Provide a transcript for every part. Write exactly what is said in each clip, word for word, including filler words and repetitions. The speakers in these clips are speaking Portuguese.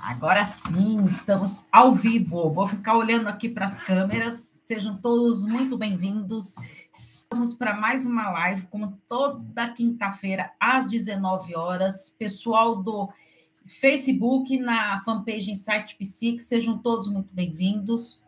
Agora sim, estamos ao vivo. Vou ficar olhando aqui para as câmeras. Sejam todos muito bem-vindos. Estamos para mais uma live, como toda quinta-feira, às dezenove horas. Pessoal do Facebook, na fanpage Insight Psique, sejam todos muito bem-vindos.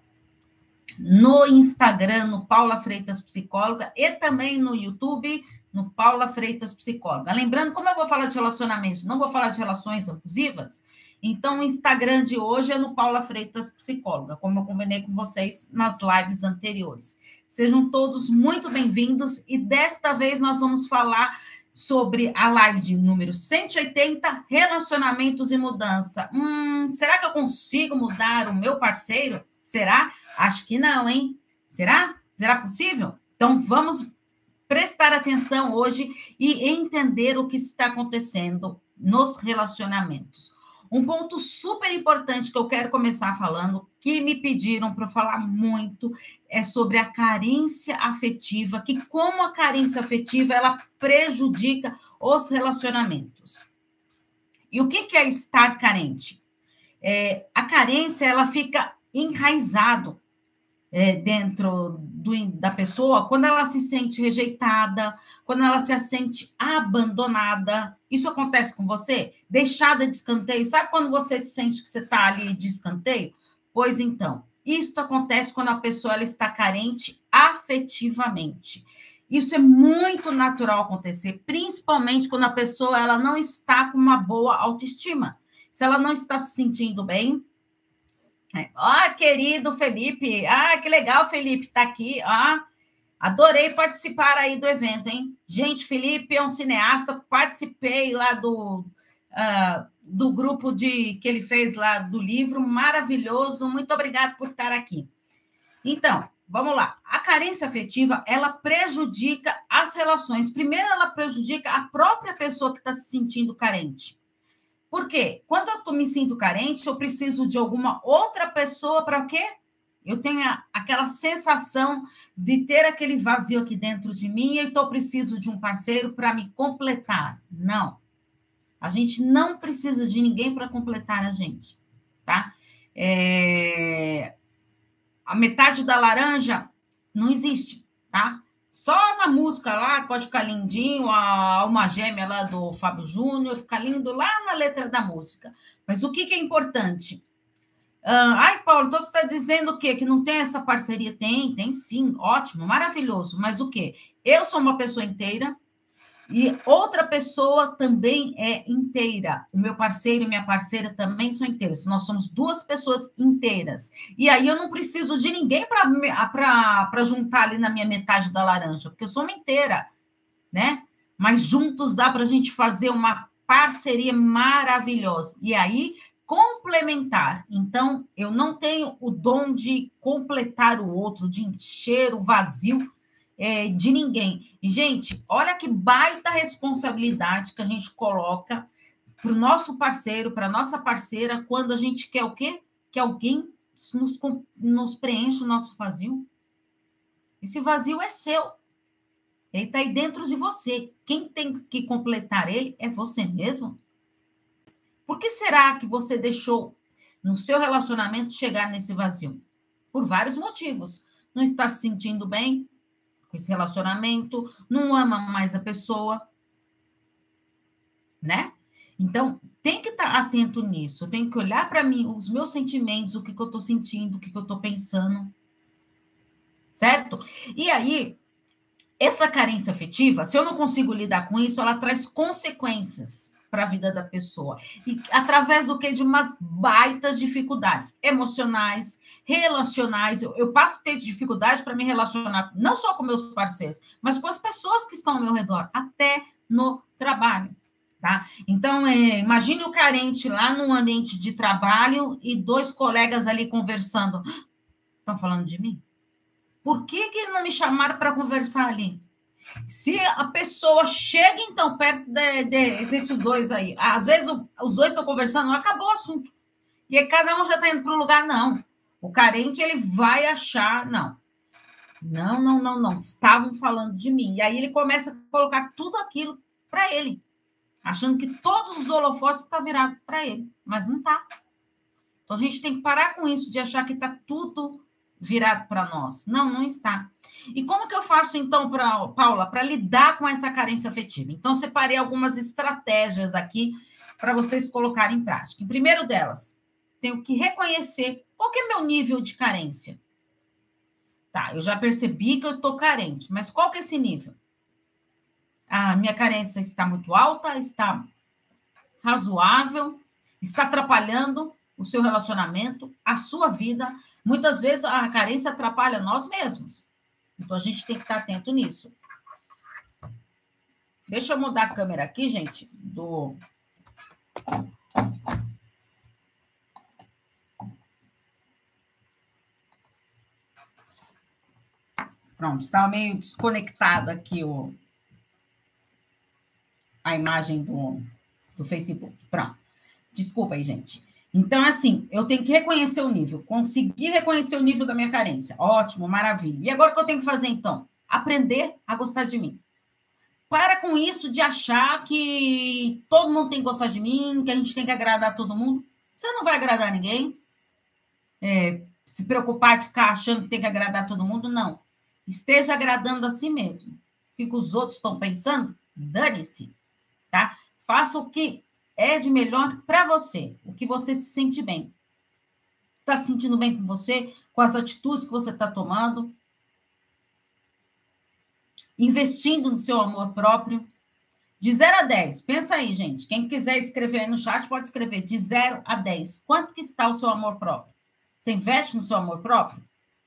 No Instagram, no Paula Freitas Psicóloga, e também no YouTube, no Paula Freitas Psicóloga. Lembrando, como eu vou falar de relacionamentos, não vou falar de relações abusivas, então o Instagram de hoje é no Paula Freitas Psicóloga, como eu combinei com vocês nas lives anteriores. Sejam todos muito bem-vindos, e desta vez nós vamos falar sobre a live de número cento e oitenta, relacionamentos e mudança. Hum, será que eu consigo mudar o meu parceiro? Será? Acho que não, hein? Será? Será possível? Então, vamos prestar atenção hoje e entender o que está acontecendo nos relacionamentos. Um ponto super importante que eu quero começar falando, que me pediram para falar muito, é sobre a carência afetiva, que como a carência afetiva, ela prejudica os relacionamentos. E o que é estar carente? É, a carência, ela fica enraizado é, dentro do, da pessoa quando ela se sente rejeitada, quando ela se sente abandonada. Isso acontece com você? Deixada de escanteio. Sabe quando você se sente que você está ali de escanteio? Pois então, isso acontece quando a pessoa ela está carente afetivamente. Isso é muito natural acontecer, principalmente quando a pessoa ela não está com uma boa autoestima. Se ela não está se sentindo bem. Ah, oh, querido Felipe, ah, que legal, Felipe, tá aqui, ah, adorei participar aí do evento, hein? Gente, Felipe é um cineasta, participei lá do, uh, do grupo de, que ele fez lá do livro, maravilhoso, muito obrigado por estar aqui. Então, vamos lá, a carência afetiva, ela prejudica as relações, primeiro ela prejudica a própria pessoa que está se sentindo carente. Por quê? Quando eu me sinto carente, eu preciso de alguma outra pessoa para o quê? Eu tenho aquela sensação de ter aquele vazio aqui dentro de mim, então eu preciso de um parceiro para me completar. Não. A gente não precisa de ninguém para completar a gente, tá? É... A metade da laranja não existe, tá? Só na música lá, pode ficar lindinho, a alma gêmea lá do Fábio Júnior, fica lindo lá na letra da música. Mas o que, que é importante? Ah, ai, Paulo, então você está dizendo o quê? Que não tem essa parceria? Tem, tem sim, ótimo, maravilhoso. Mas o quê? Eu sou uma pessoa inteira e outra pessoa também é inteira. O meu parceiro e minha parceira também são inteiros. Nós somos duas pessoas inteiras. E aí eu não preciso de ninguém para juntar ali na minha metade da laranja, porque eu sou uma inteira, né? Mas juntos dá para a gente fazer uma parceria maravilhosa. E aí, complementar. Então, eu não tenho o dom de completar o outro, de encher o vazio É, de ninguém. E, gente, olha que baita responsabilidade que a gente coloca para o nosso parceiro, para a nossa parceira, quando a gente quer o quê? Que alguém nos, nos preencha o nosso vazio. Esse vazio é seu. Ele está aí dentro de você. Quem tem que completar ele é você mesmo. Por que será que você deixou no seu relacionamento chegar nesse vazio? Por vários motivos. Não está se sentindo bem com esse relacionamento, não ama mais a pessoa, né? Então, tem que estar atento nisso, tem que olhar para mim, os meus sentimentos, o que, que eu estou sentindo, o que, que eu estou pensando, certo? E aí, essa carência afetiva, se eu não consigo lidar com isso, ela traz consequências para a vida da pessoa. E através do quê? De umas baitas dificuldades emocionais, relacionais. Eu, eu passo a ter dificuldade para me relacionar, não só com meus parceiros, mas com as pessoas que estão ao meu redor, até no trabalho. Tá? Então, é, imagine o carente lá num ambiente de trabalho e dois colegas ali conversando. Estão falando de mim? Por que, que não me chamaram para conversar ali? Se a pessoa chega, então, perto de, de, desses dois aí, às vezes o, os dois estão conversando, acabou o assunto. E aí cada um já está indo para o lugar, não. O carente, ele vai achar, não. Não, não, não, não. Estavam falando de mim. E aí ele começa a colocar tudo aquilo para ele, achando que todos os holofotes estão virados para ele, mas não está. Então, a gente tem que parar com isso de achar que está tudo virado para nós. Não, não está. E como que eu faço, então, pra, Paula, para lidar com essa carência afetiva? Então, separei algumas estratégias aqui para vocês colocarem em prática. Em primeiro delas, tenho que reconhecer qual que é meu nível de carência. Tá, eu já percebi que eu estou carente, mas qual que é esse nível? A minha carência está muito alta, está razoável, está atrapalhando o seu relacionamento, a sua vida. Muitas vezes a carência atrapalha nós mesmos. Então, a gente tem que estar atento nisso. Deixa eu mudar a câmera aqui, gente, do... Pronto, estava meio desconectado aqui o... a imagem do, do Facebook. Pronto. Desculpa aí, gente. Então, assim, eu tenho que reconhecer o nível. Conseguir reconhecer o nível da minha carência. Ótimo, maravilha. E agora o que eu tenho que fazer, então? Aprender a gostar de mim. Para com isso de achar que todo mundo tem que gostar de mim, que a gente tem que agradar todo mundo. Você não vai agradar ninguém. É, se preocupar de ficar achando que tem que agradar todo mundo, não. Esteja agradando a si mesmo. O que os outros estão pensando? Dane-se, tá? Faça o que é de melhor para você, o que você se sente bem. Está se sentindo bem com você, com as atitudes que você está tomando, investindo no seu amor próprio. De zero a dez, pensa aí, gente. Quem quiser escrever aí no chat, pode escrever de zero a dez. Quanto que está o seu amor próprio? Você investe no seu amor próprio?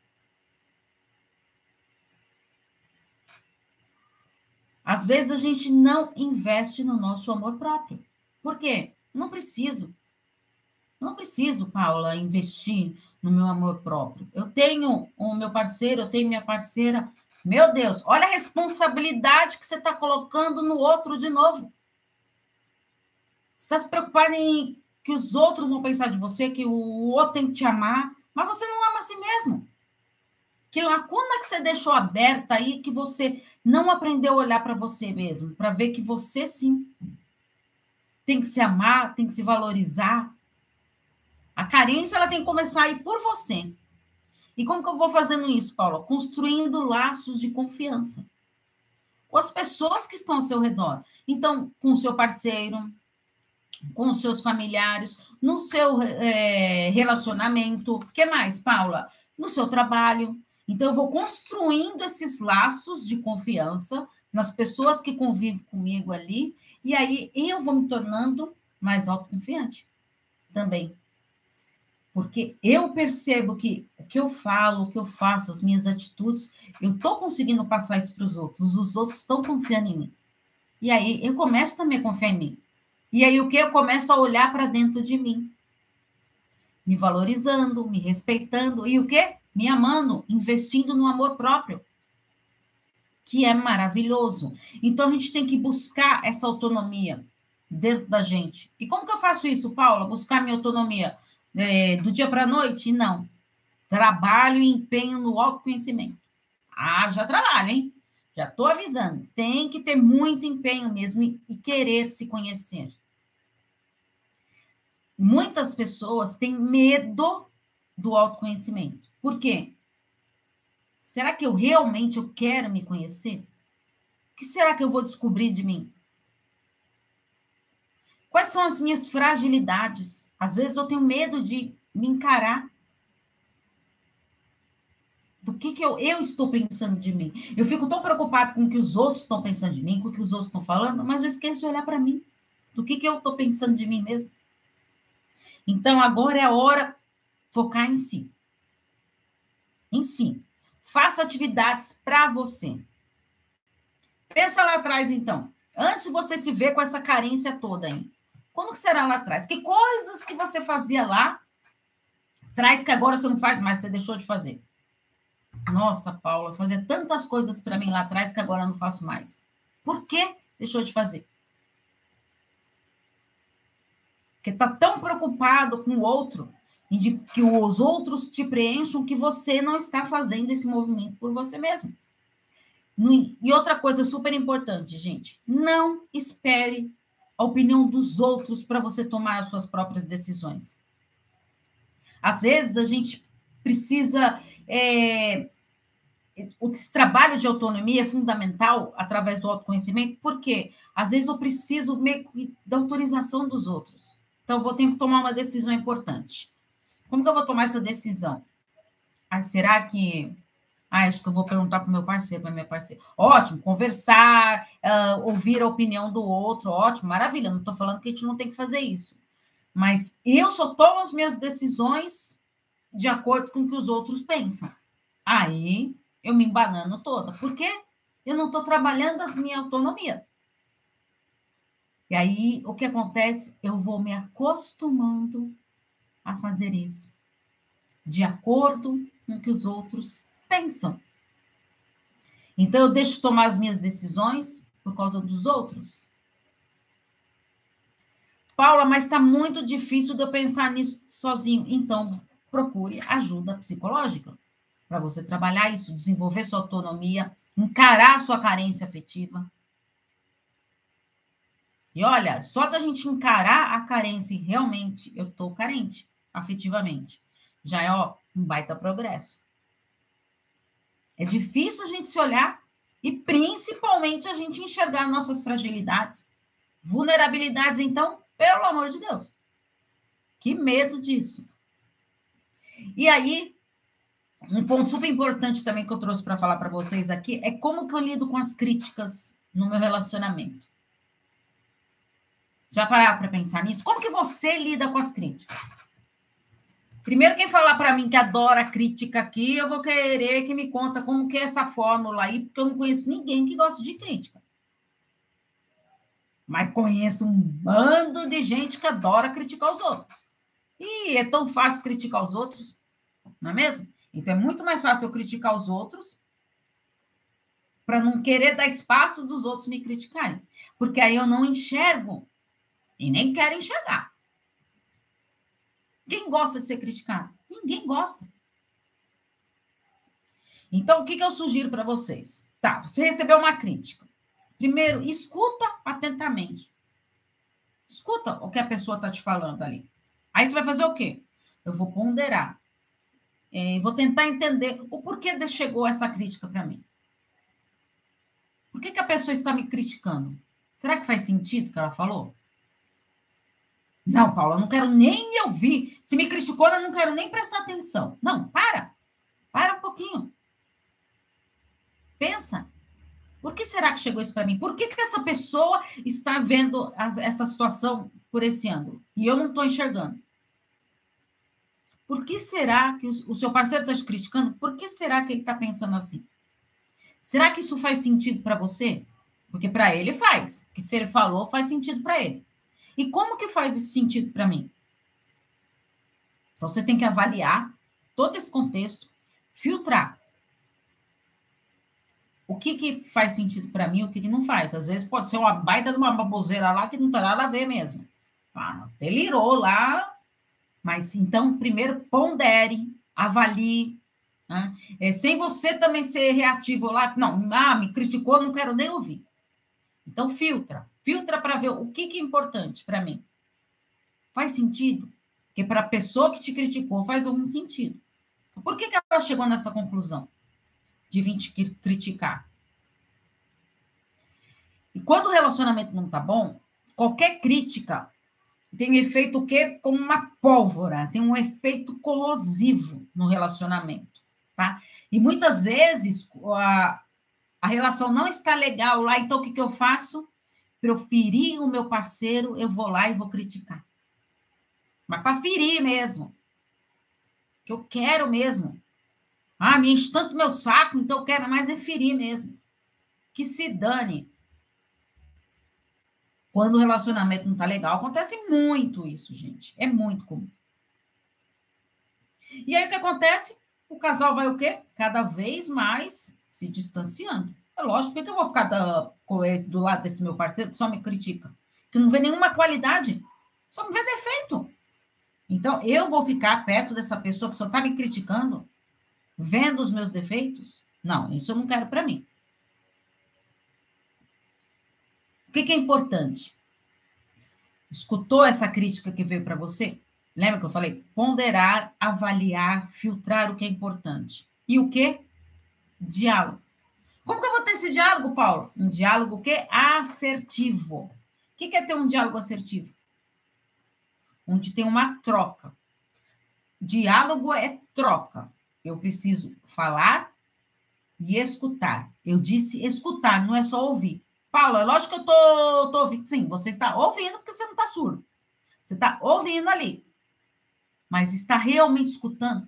Às vezes a gente não investe no nosso amor próprio. Por quê? Não preciso. Não preciso, Paula, investir no meu amor próprio. Eu tenho o meu parceiro, eu tenho minha parceira. Meu Deus, olha a responsabilidade que você está colocando no outro de novo. Você está se preocupado em que os outros vão pensar de você, que o outro tem que te amar, mas você não ama a si mesmo. Que lacuna que você deixou aberta aí, que você não aprendeu a olhar para você mesmo, para ver que você, sim, tem que se amar, tem que se valorizar. A carência, ela tem que começar aí por você. E como que eu vou fazendo isso, Paula? Construindo laços de confiança com as pessoas que estão ao seu redor. Então, com o seu parceiro, com os seus familiares, no seu é, relacionamento. O que mais, Paula? No seu trabalho. Então, eu vou construindo esses laços de confiança nas pessoas que convivem comigo ali, e aí eu vou me tornando mais autoconfiante também. Porque eu percebo que o que eu falo, o que eu faço, as minhas atitudes, eu estou conseguindo passar isso para os outros, os outros estão confiando em mim. E aí eu começo também a confiar em mim. E aí o que? Eu começo a olhar para dentro de mim, me valorizando, me respeitando, e o quê? Me amando, investindo no amor próprio, que é maravilhoso. Então, a gente tem que buscar essa autonomia dentro da gente. E como que eu faço isso, Paula? Buscar minha autonomia é, do dia para a noite? Não. Trabalho e empenho no autoconhecimento. Ah, já trabalho, hein? Já estou avisando. Tem que ter muito empenho mesmo e, e querer se conhecer. Muitas pessoas têm medo do autoconhecimento. Por quê? Será que eu realmente eu quero me conhecer? O que será que eu vou descobrir de mim? Quais são as minhas fragilidades? Às vezes eu tenho medo de me encarar. Do que, que eu, eu estou pensando de mim? Eu fico tão preocupado com o que os outros estão pensando de mim, com o que os outros estão falando, mas eu esqueço de olhar para mim. Do que, que eu estou pensando de mim mesmo? Então, agora é a hora de focar em si. Em si. Faça atividades para você. Pensa lá atrás, então. Antes de você se ver com essa carência toda aí. Como que será lá atrás? Que coisas que você fazia lá atrás que agora você não faz mais, você deixou de fazer? Nossa, Paula, eu fazia tantas coisas para mim lá atrás que agora eu não faço mais. Por que deixou de fazer? Porque está tão preocupado com o outro, e de que os outros te preencham, que você não está fazendo esse movimento por você mesmo. E outra coisa super importante, gente, não espere a opinião dos outros para você tomar as suas próprias decisões. Às vezes, a gente precisa... É, esse trabalho de autonomia é fundamental através do autoconhecimento, porque às vezes eu preciso meio da autorização dos outros. Então, eu vou ter que tomar uma decisão importante. Como que eu vou tomar essa decisão? Ah, será que... Ah, acho que eu vou perguntar para o meu parceiro, para minha parceira. Ótimo, conversar, uh, ouvir a opinião do outro, ótimo, maravilha. Não estou falando que a gente não tem que fazer isso. Mas eu só tomo as minhas decisões de acordo com o que os outros pensam. Aí eu me embanano toda. Por quê? Eu não estou trabalhando a minha autonomia. E aí, o que acontece? Eu vou me acostumando a fazer isso, de acordo com o que os outros pensam. Então, eu deixo de tomar as minhas decisões por causa dos outros. Paula, mas está muito difícil de eu pensar nisso sozinho. Então, procure ajuda psicológica para você trabalhar isso, desenvolver sua autonomia, encarar sua carência afetiva. E olha, só da gente encarar a carência e realmente eu estou carente afetivamente, já é ó, um baita progresso. É difícil a gente se olhar e principalmente a gente enxergar nossas fragilidades, vulnerabilidades, então, pelo amor de Deus. Que medo disso. E aí, um ponto super importante também que eu trouxe para falar para vocês aqui é como que eu lido com as críticas no meu relacionamento. Já pararam para pensar nisso? Como que você lida com as críticas? Primeiro, quem falar para mim que adora crítica aqui, eu vou querer que me conta como que é essa fórmula aí, porque eu não conheço ninguém que gosta de crítica. Mas conheço um bando de gente que adora criticar os outros. E é tão fácil criticar os outros, não é mesmo? Então, é muito mais fácil eu criticar os outros para não querer dar espaço dos outros me criticarem. Porque aí eu não enxergo e nem quero enxergar. Quem gosta de ser criticado? Ninguém gosta. Então, o que, que eu sugiro para vocês? Tá, você recebeu uma crítica. Primeiro, escuta atentamente. Escuta o que a pessoa está te falando ali. Aí você vai fazer o quê? Eu vou ponderar. É, vou tentar entender o porquê chegou essa crítica para mim. Por que, que a pessoa está me criticando? Será que faz sentido o que ela falou? Não, Paula, eu não quero nem ouvir. Se me criticou, eu não quero nem prestar atenção. Não, para. Para um pouquinho. Pensa. Por que será que chegou isso para mim? Por que, que essa pessoa está vendo essa situação por esse ângulo? E eu não estou enxergando. Por que será que o seu parceiro está te criticando? Por que será que ele está pensando assim? Será que isso faz sentido para você? Porque para ele faz. Porque se ele falou, faz sentido para ele. E como que faz esse sentido para mim? Então, você tem que avaliar todo esse contexto, filtrar. O que, que faz sentido para mim, o que, que não faz. Às vezes pode ser uma baita de uma baboseira lá que não tem nada a ver mesmo. Ah, delirou lá. Mas, então, primeiro, pondere, avalie. Né? É, sem você também ser reativo lá. Não, ah, me criticou, não quero nem ouvir. Então, filtra. Filtra para ver o que, que é importante para mim. Faz sentido? Porque para a pessoa que te criticou faz algum sentido. Por que, que ela chegou nessa conclusão de vir te criticar? E quando o relacionamento não está bom, qualquer crítica tem um efeito o quê? Como uma pólvora, tem um efeito corrosivo no relacionamento, tá? E muitas vezes a, a relação não está legal lá, então o que, que eu faço? Para eu ferir o meu parceiro, eu vou lá e vou criticar. Mas para ferir mesmo. Que eu quero mesmo. Ah, me enche tanto meu saco, então eu quero mais é ferir mesmo. Que se dane. Quando o relacionamento não está legal, acontece muito isso, gente. É muito comum. E aí o que acontece? O casal vai o quê? Cada vez mais se distanciando. É lógico, por que eu vou ficar da, do lado desse meu parceiro que só me critica? Que não vê nenhuma qualidade, só me vê defeito. Então, eu vou ficar perto dessa pessoa que só está me criticando, vendo os meus defeitos? Não, isso eu não quero para mim. O que, que é importante? Escutou essa crítica que veio para você? Lembra que eu falei? Ponderar, avaliar, filtrar o que é importante. E o que? Diálogo. Como que eu vou ter esse diálogo, Paulo? Um diálogo o quê? Assertivo. O que é ter um diálogo assertivo? Onde tem uma troca. Diálogo é troca. Eu preciso falar e escutar. Eu disse escutar, não é só ouvir. Paulo, é lógico que eu tô, tô ouvindo. Sim, você está ouvindo porque você não está surdo. Você está ouvindo ali. Mas está realmente escutando?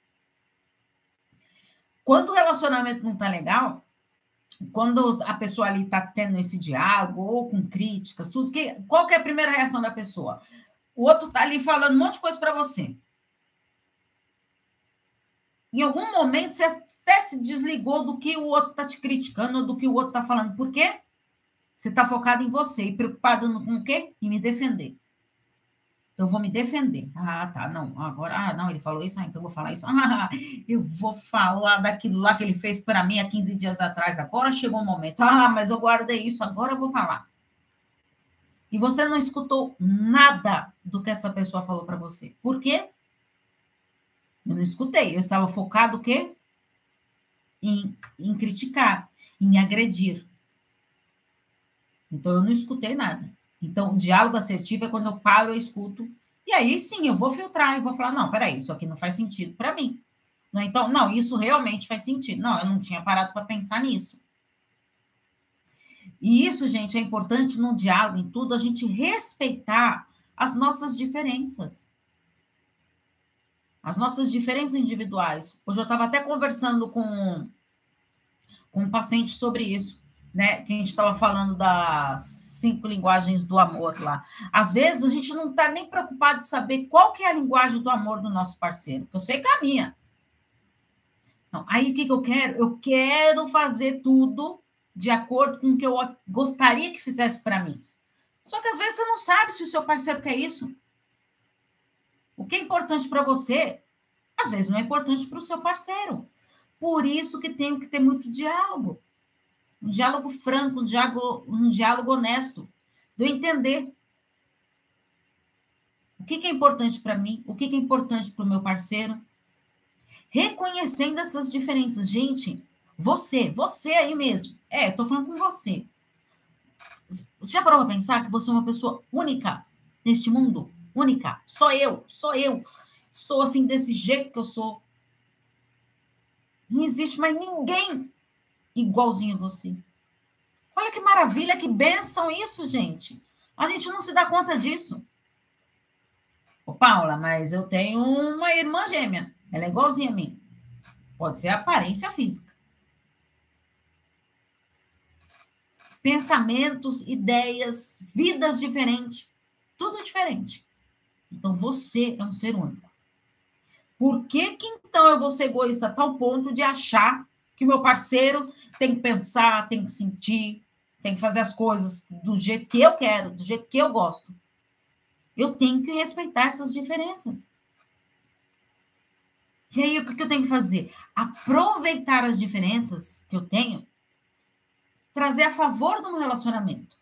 Quando o relacionamento não está legal, quando a pessoa ali está tendo esse diálogo, ou com críticas, tudo, que, qual que é a primeira reação da pessoa? O outro está ali falando um monte de coisa para você. Em algum momento, você até se desligou do que o outro está te criticando, ou do que o outro está falando. Por quê? Você está focado em você e preocupado no, com o quê? Em me defender. Então, eu vou me defender. Ah, tá, não, agora, ah, não, ele falou isso, ah, então eu vou falar isso. Ah, eu vou falar daquilo lá que ele fez para mim há quinze dias atrás. Agora chegou o momento. Ah, mas eu guardei isso, agora eu vou falar. E você não escutou nada do que essa pessoa falou para você. Por quê? Eu não escutei. Eu estava focado o quê? Em, em criticar, em agredir. Então, eu não escutei nada. Então, o diálogo assertivo é quando eu paro, eu escuto. E aí, sim, eu vou filtrar e vou falar, não, peraí, isso aqui não faz sentido para mim. Não, então, não, isso realmente faz sentido. Não, eu não tinha parado para pensar nisso. E isso, gente, é importante no diálogo, em tudo, a gente respeitar as nossas diferenças. As nossas diferenças individuais. Hoje eu estava até conversando com, com um paciente sobre isso, né? Que a gente estava falando das cinco linguagens do amor lá. Às vezes a gente não está nem preocupado de saber qual que é a linguagem do amor do nosso parceiro, que eu sei que é a minha. Então, aí o que, que eu quero? Eu quero fazer tudo de acordo com o que eu gostaria que fizesse para mim. Só que às vezes você não sabe se o seu parceiro quer isso. O que é importante para você, às vezes não é importante para o seu parceiro. Por isso que tem que ter muito diálogo. Um diálogo franco, um diálogo, um diálogo honesto. De eu entender o que, que é importante para mim, o que, que é importante para o meu parceiro. Reconhecendo essas diferenças. Gente, você, você aí mesmo. É, eu tô falando com você. Você já parou para pensar que você é uma pessoa única neste mundo? Única. Só eu, sou eu. Sou assim, desse jeito que eu sou. Não existe mais ninguém igualzinho a você. Olha que maravilha, que bênção isso, gente. A gente não se dá conta disso. Ô, Paula, mas eu tenho uma irmã gêmea. Ela é igualzinha a mim. Pode ser a aparência física. Pensamentos, ideias, vidas diferentes. Tudo diferente. Então, você é um ser único. Por que que, então, eu vou ser egoísta a tal ponto de achar que o meu parceiro tem que pensar, tem que sentir, tem que fazer as coisas do jeito que eu quero, do jeito que eu gosto? Eu tenho que respeitar essas diferenças. E aí, o que eu tenho que fazer? Aproveitar as diferenças que eu tenho, trazer a favor do meu relacionamento.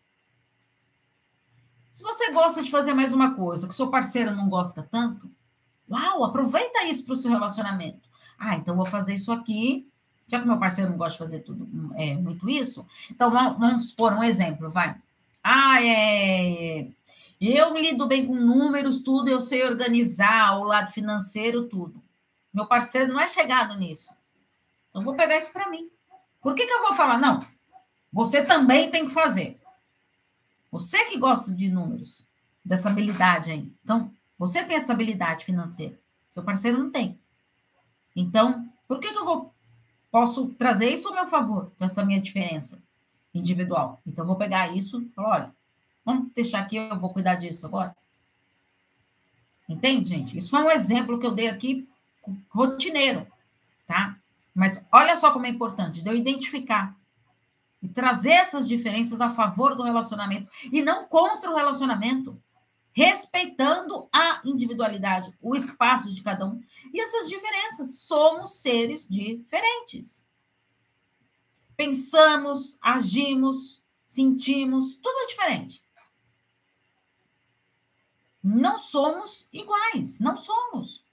Se você gosta de fazer mais uma coisa que seu parceiro não gosta tanto, uau, aproveita isso para o seu relacionamento. Ah, então vou fazer isso aqui, já que meu parceiro não gosta de fazer tudo, é, muito isso. Então, vamos pôr um exemplo, vai. Ah, é... Eu me lido bem com números, tudo, eu sei organizar o lado financeiro, tudo. Meu parceiro não é chegado nisso. Eu vou pegar isso para mim. Por que que eu vou falar? Não, você também tem que fazer. Você que gosta de números, dessa habilidade aí. Então, você tem essa habilidade financeira. Seu parceiro não tem. Então, por que que eu vou, posso trazer isso ao meu favor, com essa minha diferença individual? Então, eu vou pegar isso e falar, olha, vamos deixar aqui, eu vou cuidar disso agora. Entende, gente? Isso foi um exemplo que eu dei aqui, rotineiro, tá? Mas olha só como é importante, de eu identificar e trazer essas diferenças a favor do relacionamento e não contra o relacionamento, respeitando a individualidade, o espaço de cada um e essas diferenças. Somos seres diferentes. Pensamos, agimos, sentimos, tudo é diferente. Não somos iguais, não somos.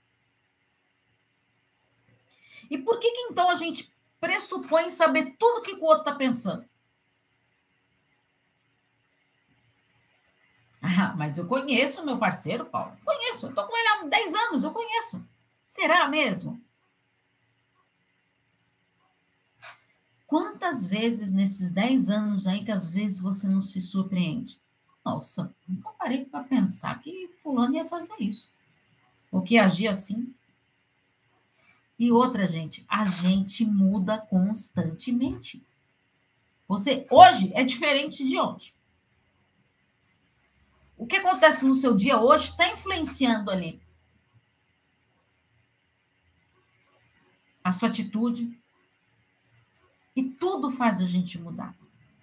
E por que que então a gente pressupõe saber tudo que o outro está pensando? Ah, mas eu conheço o meu parceiro, Paulo. Conheço, eu estou com ele há dez anos, eu conheço. Será mesmo? Quantas vezes nesses dez anos aí que às vezes você não se surpreende? Nossa, nunca parei para pensar que fulano ia fazer isso. Ou que ia agir assim. E outra, gente, a gente muda constantemente. Você hoje é diferente de ontem. O que acontece no seu dia hoje está influenciando ali a sua atitude. E tudo faz a gente mudar.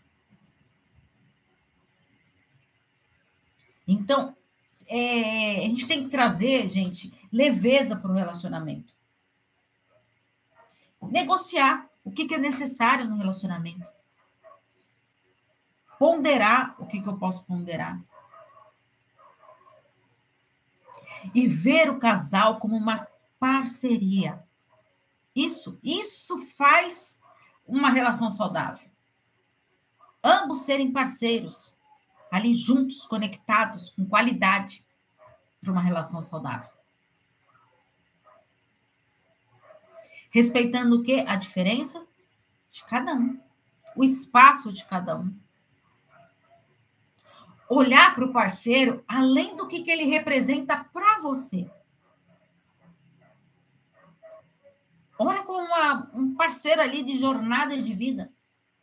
Então, é, a gente tem que trazer, gente, leveza para o relacionamento. Negociar o que, que é necessário no relacionamento. Ponderar o que, que eu posso ponderar. E ver o casal como uma parceria. Isso, isso faz uma relação saudável. Ambos serem parceiros, ali juntos, conectados, com qualidade, para uma relação saudável. Respeitando o quê? A diferença de cada um, o espaço de cada um. Olhar para o parceiro além do que, que ele representa para você. Olha como uma, um parceiro ali de jornada de vida.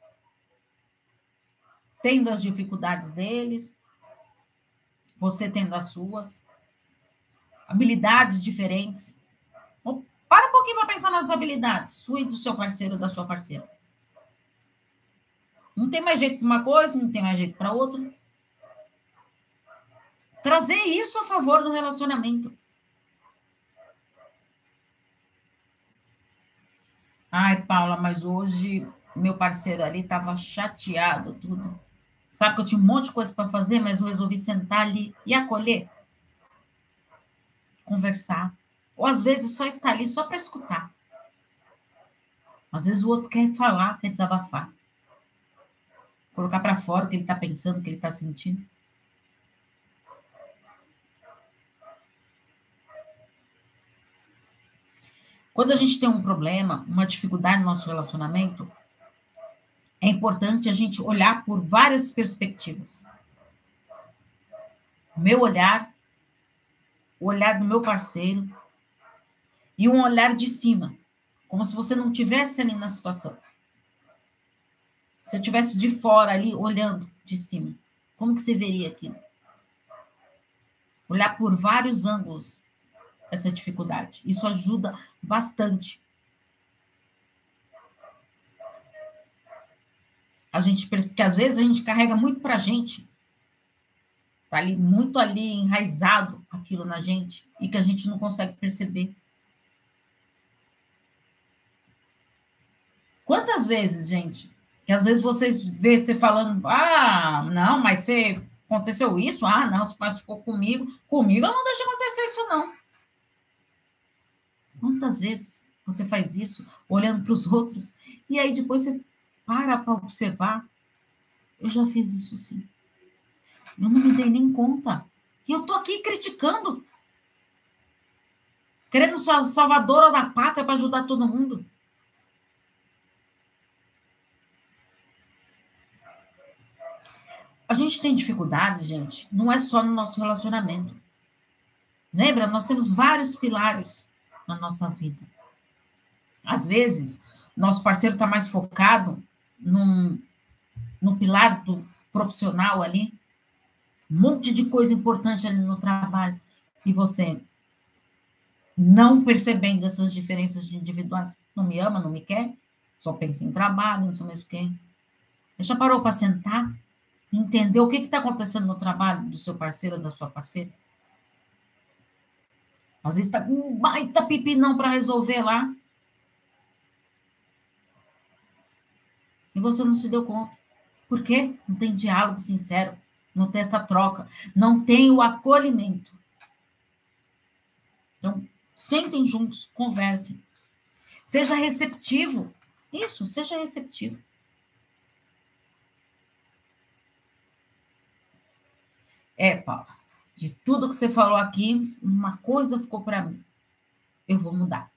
Tendo as dificuldades deles, você tendo as suas, habilidades diferentes. Para um pouquinho para pensar nas habilidades, sua e do seu parceiro, da sua parceira. Não tem mais jeito para uma coisa, não tem mais jeito para outra. Trazer isso a favor do relacionamento. Ai, Paula, mas hoje meu parceiro ali estava chateado, tudo. Sabe que eu tinha um monte de coisa para fazer, mas eu resolvi sentar ali e acolher. Conversar. Ou às vezes só estar ali só para escutar. Às vezes o outro quer falar, quer desabafar. Colocar para fora o que ele está pensando, o que ele está sentindo. Quando a gente tem um problema, uma dificuldade no nosso relacionamento, é importante a gente olhar por várias perspectivas. O meu olhar, o olhar do meu parceiro e um olhar de cima, como se você não estivesse ali na situação. Se eu estivesse de fora ali, olhando de cima, como que você veria aquilo? Olhar por vários ângulos essa dificuldade. Isso ajuda bastante. A gente, porque às vezes a gente carrega muito para a gente. Está ali, muito ali enraizado aquilo na gente e que a gente não consegue perceber. Quantas vezes, gente, que às vezes vocês vê você falando, ah, não, mas você aconteceu isso? Ah, não, você ficou comigo. Comigo eu não deixo acontecer isso, não. Quantas vezes você faz isso, olhando para os outros, e aí depois você para para observar. Eu já fiz isso sim. Eu não me dei nem conta. E eu tô aqui criticando. Querendo ser salvadora da pátria para ajudar todo mundo. A gente tem dificuldades, gente, não é só no nosso relacionamento. Lembra? Nós temos vários pilares na nossa vida. Às vezes, nosso parceiro está mais focado num, no pilar do profissional ali, um monte de coisa importante ali no trabalho, e você, não percebendo essas diferenças de individuais, não me ama, não me quer, só pensa em trabalho, não sei mais o quê. Já parou para sentar? Entender o que está acontecendo no trabalho do seu parceiro ou da sua parceira? Às vezes está com um baita pipinão para resolver lá. E você não se deu conta. Por quê? Não tem diálogo sincero. não tem essa troca, não tem o acolhimento. Então, sentem juntos, conversem. Seja receptivo. Isso, seja receptivo. É, Paula, de tudo que você falou aqui, uma coisa ficou para mim. Eu vou mudar.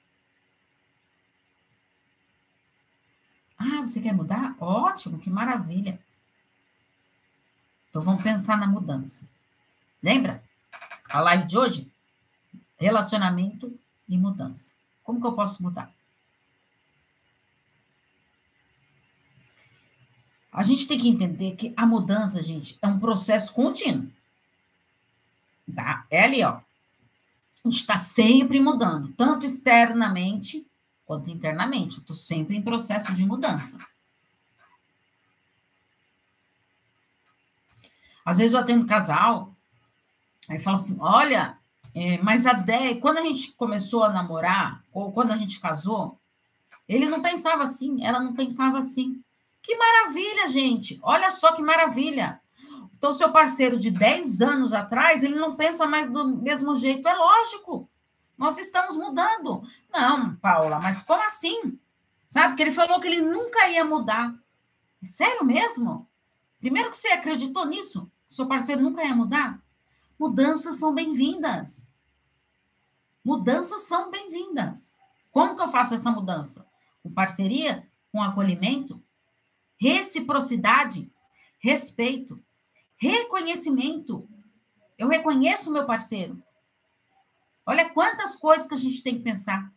Ah, você quer mudar? Ótimo, que maravilha. Então, vamos pensar na mudança. Lembra? A live de hoje? Relacionamento e mudança. Como que eu posso mudar? A gente tem que entender que a mudança, gente, é um processo contínuo. Tá? É ali, ó. A gente está sempre mudando, tanto externamente quanto internamente. Eu estou sempre em processo de mudança. Às vezes eu atendo casal, aí fala assim, olha, é, mas a Dé, quando a gente começou a namorar, ou quando a gente casou, ele não pensava assim, ela não pensava assim. Que maravilha, gente! Olha só que maravilha! Então, seu parceiro de dez anos atrás, ele não pensa mais do mesmo jeito. É lógico, nós estamos mudando. Não, Paula, mas como assim? Sabe? Porque ele falou que ele nunca ia mudar. É sério mesmo? Primeiro que você acreditou nisso, seu parceiro nunca ia mudar? Mudanças são bem-vindas. Mudanças são bem-vindas. Como que eu faço essa mudança? Com parceria, com acolhimento, reciprocidade, respeito, reconhecimento. Eu reconheço o meu parceiro. Olha quantas coisas que a gente tem que pensar.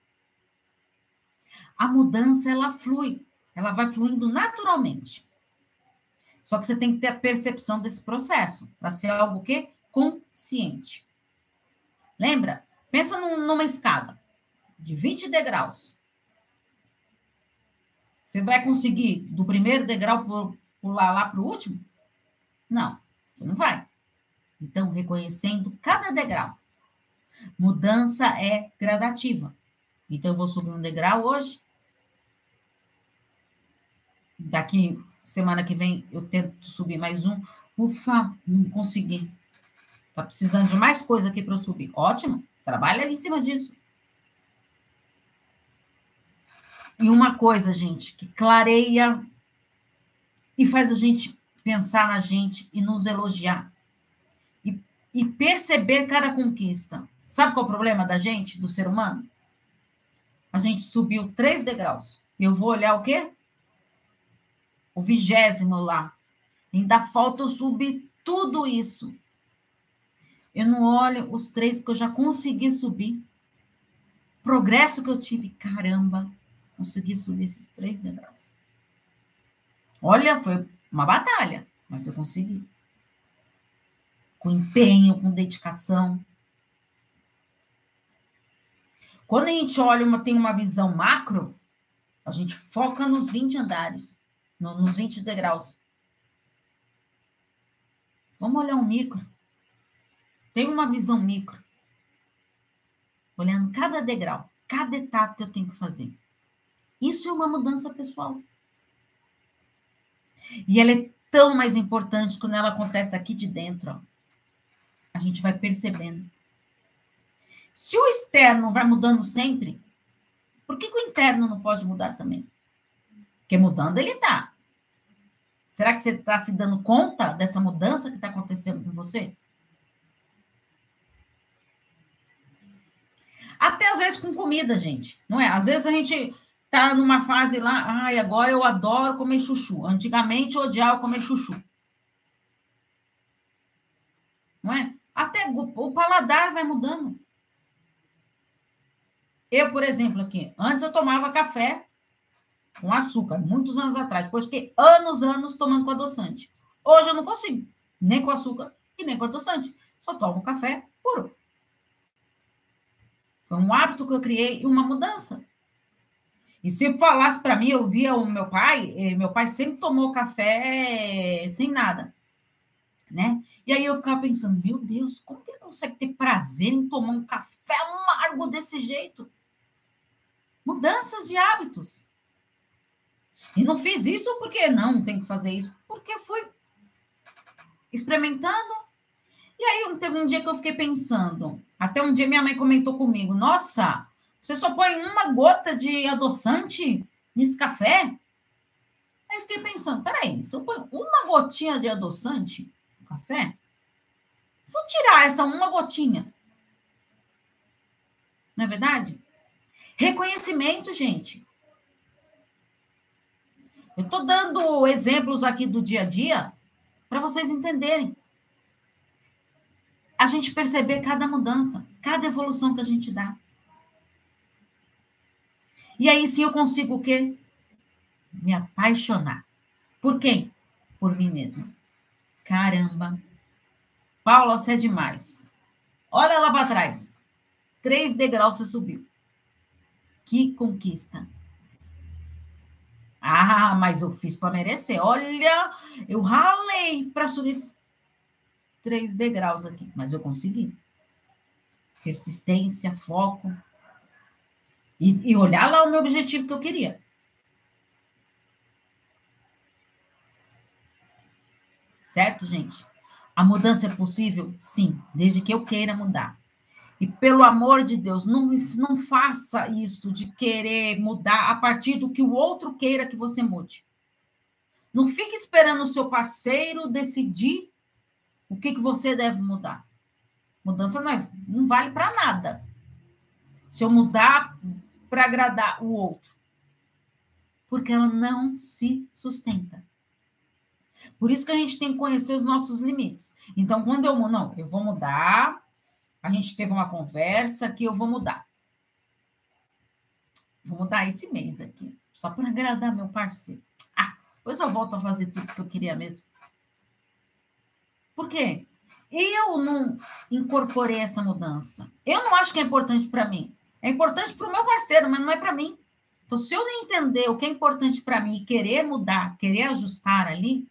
A mudança, ela flui. Ela vai fluindo naturalmente. Só que você tem que ter a percepção desse processo, para ser algo que consciente. Lembra? Pensa num, numa escada de vinte degraus. Você vai conseguir do primeiro degrau pular lá para o último? Não, você não vai. Então, reconhecendo cada degrau. Mudança é gradativa. Então, eu vou subir um degrau hoje. Daqui, semana que vem, eu tento subir mais um. Ufa, não consegui. Tá precisando de mais coisa aqui para eu subir. Ótimo, trabalha em cima disso. E uma coisa, gente, que clareia e faz a gente pensar na gente e nos elogiar. E, e perceber cada conquista. Sabe qual é o problema da gente, do ser humano? A gente subiu três degraus. E eu vou olhar o quê? O vigésimo lá. Ainda falta eu subir tudo isso. Eu não olho os três que eu já consegui subir. Progresso que eu tive. Caramba, consegui subir esses três degraus. Olha, foi uma batalha, mas eu consegui. Com empenho, com dedicação. Quando a gente olha, uma, tem uma visão macro, a gente foca nos vinte andares, no, nos vinte degraus. Vamos olhar um micro. Tem uma visão micro. Olhando cada degrau, cada etapa que eu tenho que fazer. Isso é uma mudança pessoal. E ela é tão mais importante quando ela acontece aqui de dentro. Ó. A gente vai percebendo. Se o externo vai mudando sempre, por que, que o interno não pode mudar também? Porque mudando ele está. Será que você está se dando conta dessa mudança que está acontecendo com você? Até às vezes com comida, gente. Não é? Às vezes a gente tá numa fase lá, ai, agora eu adoro comer chuchu. Antigamente eu odiava comer chuchu. Não é? Até o paladar vai mudando. Eu, por exemplo, aqui, antes eu tomava café com açúcar, muitos anos atrás. Depois fiquei anos, anos tomando com adoçante. Hoje eu não consigo, nem com açúcar e nem com adoçante. Só tomo café puro. Foi um hábito que eu criei e uma mudança. E se falasse para mim, eu via o meu pai, meu pai sempre tomou café sem nada, né? E aí eu ficava pensando, meu Deus, como que ele consegue ter prazer em tomar um café amargo desse jeito? Mudanças de hábitos. E não fiz isso porque não, tem que fazer isso, porque fui experimentando. E aí teve um dia que eu fiquei pensando, até um dia minha mãe comentou comigo, nossa, você só põe uma gota de adoçante nesse café? Aí eu fiquei pensando, peraí, se eu ponho uma gotinha de adoçante no café, se eu tirar essa uma gotinha, não é verdade? Reconhecimento, gente. Eu estou dando exemplos aqui do dia a dia para vocês entenderem. A gente perceber cada mudança, cada evolução que a gente dá. E aí sim eu consigo o quê? Me apaixonar. Por quem? Por mim mesma. Caramba. Paula, você é demais. Olha lá para trás. Três degraus você subiu. Que conquista. Ah, mas eu fiz para merecer. Olha, eu ralei para subir esses três degraus aqui, mas eu consegui. Persistência, foco. E, e olhar lá o meu objetivo que eu queria. Certo, gente? A mudança é possível? Sim, desde que eu queira mudar. E, pelo amor de Deus, não, não faça isso de querer mudar a partir do que o outro queira que você mude. Não fique esperando o seu parceiro decidir o que, que você deve mudar. Mudança não, é, não vale para nada. Se eu mudar para agradar o outro. Porque ela não se sustenta. Por isso que a gente tem que conhecer os nossos limites. Então, quando eu... Não, eu vou mudar... A gente teve uma conversa que eu vou mudar. Vou mudar esse mês aqui, só para agradar meu parceiro. Ah, depois eu volto a fazer tudo que eu queria mesmo. Por quê? Eu não incorporei essa mudança. Eu não acho que é importante para mim. É importante para o meu parceiro, mas não é para mim. Então, se eu não entender o que é importante para mim e querer mudar, querer ajustar ali,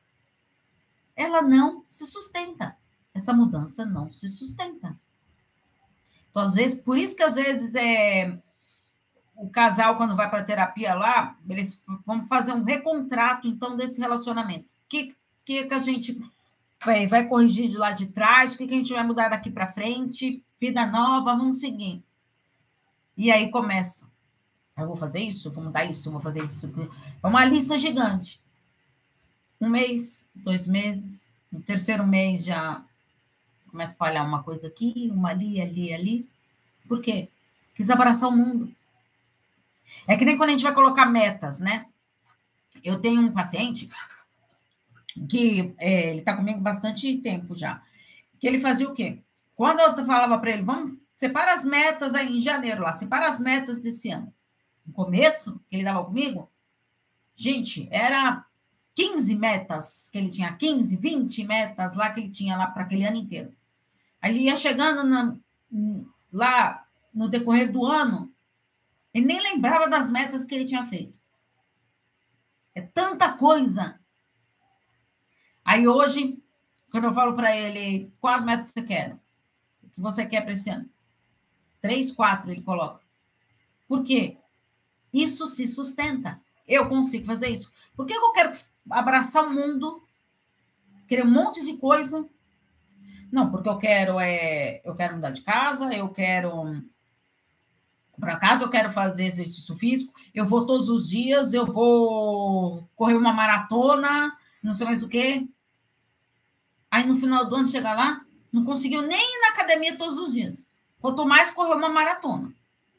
ela não se sustenta. Essa mudança não se sustenta. Então, às vezes, por isso que às vezes é o casal, quando vai para a terapia lá, eles vão fazer um recontrato, então, desse relacionamento. O que, que, que a gente vai, vai corrigir de lá de trás? O que, que a gente vai mudar daqui para frente? Vida nova, vamos seguir. E aí começa. Eu vou fazer isso, eu vou mudar isso, eu vou fazer isso. É uma lista gigante. Um mês, dois meses, no terceiro mês já começa a falhar uma coisa aqui, uma ali, ali, ali. Por quê? Quis abraçar o mundo. É que nem quando a gente vai colocar metas, né? Eu tenho um paciente que é, ele está comigo bastante tempo já. Que ele fazia o quê? Quando eu falava para ele, vamos, separa as metas aí em janeiro lá, separa as metas desse ano. No começo, que ele dava comigo, gente, era quinze metas que ele tinha, quinze, vinte metas lá que ele tinha lá para aquele ano inteiro. Aí ia chegando na, lá no decorrer do ano, ele nem lembrava das metas que ele tinha feito. É tanta coisa. Aí hoje, quando eu falo para ele, quais metas você quer? O que você quer para esse ano? Três, quatro, ele coloca. Por quê? Isso se sustenta. Eu consigo fazer isso. Por que eu quero abraçar o mundo, querer um monte de coisa? Não, porque eu quero, é, eu quero mudar de casa, eu quero comprar casa, eu quero fazer exercício físico, eu vou todos os dias, eu vou correr uma maratona, não sei mais o quê. Aí, no final do ano, chega lá, não conseguiu nem ir na academia todos os dias. Quanto mais correr uma maratona.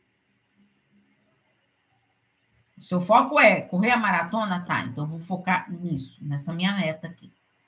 O seu foco é correr a maratona? Tá, então eu vou focar nisso, nessa minha meta aqui.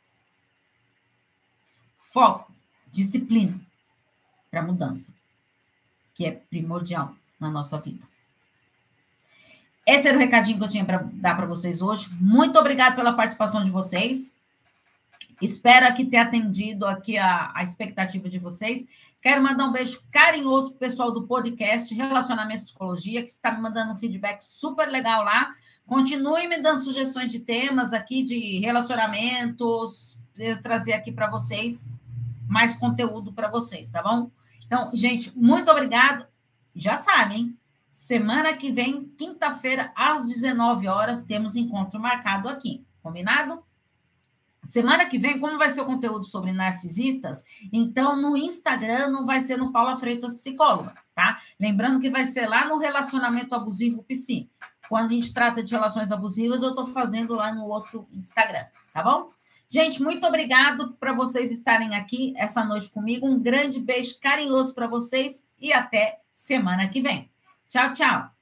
Foco, disciplina para mudança, que é primordial na nossa vida. Esse era o recadinho que eu tinha para dar para vocês hoje. Muito obrigada pela participação de vocês. Espero aqui ter atendido aqui a, a expectativa de vocês. Quero mandar um beijo carinhoso para o pessoal do podcast Relacionamento e Psicologia, que está me mandando um feedback super legal lá. Continue me dando sugestões de temas aqui de relacionamentos, eu trazer aqui para vocês mais conteúdo para vocês, tá bom? Então, gente, muito obrigado. Já sabem, hein? Semana que vem, quinta-feira, às dezenove horas, temos encontro marcado aqui. Combinado? Semana que vem, como vai ser o conteúdo sobre narcisistas, então no Instagram não vai ser no Paula Freitas Psicóloga, tá? Lembrando que vai ser lá no Relacionamento Abusivo Psi. Quando a gente trata de relações abusivas, eu estou fazendo lá no outro Instagram, tá bom? Gente, muito obrigado para vocês estarem aqui essa noite comigo. Um grande beijo carinhoso para vocês e até semana que vem. Tchau, tchau.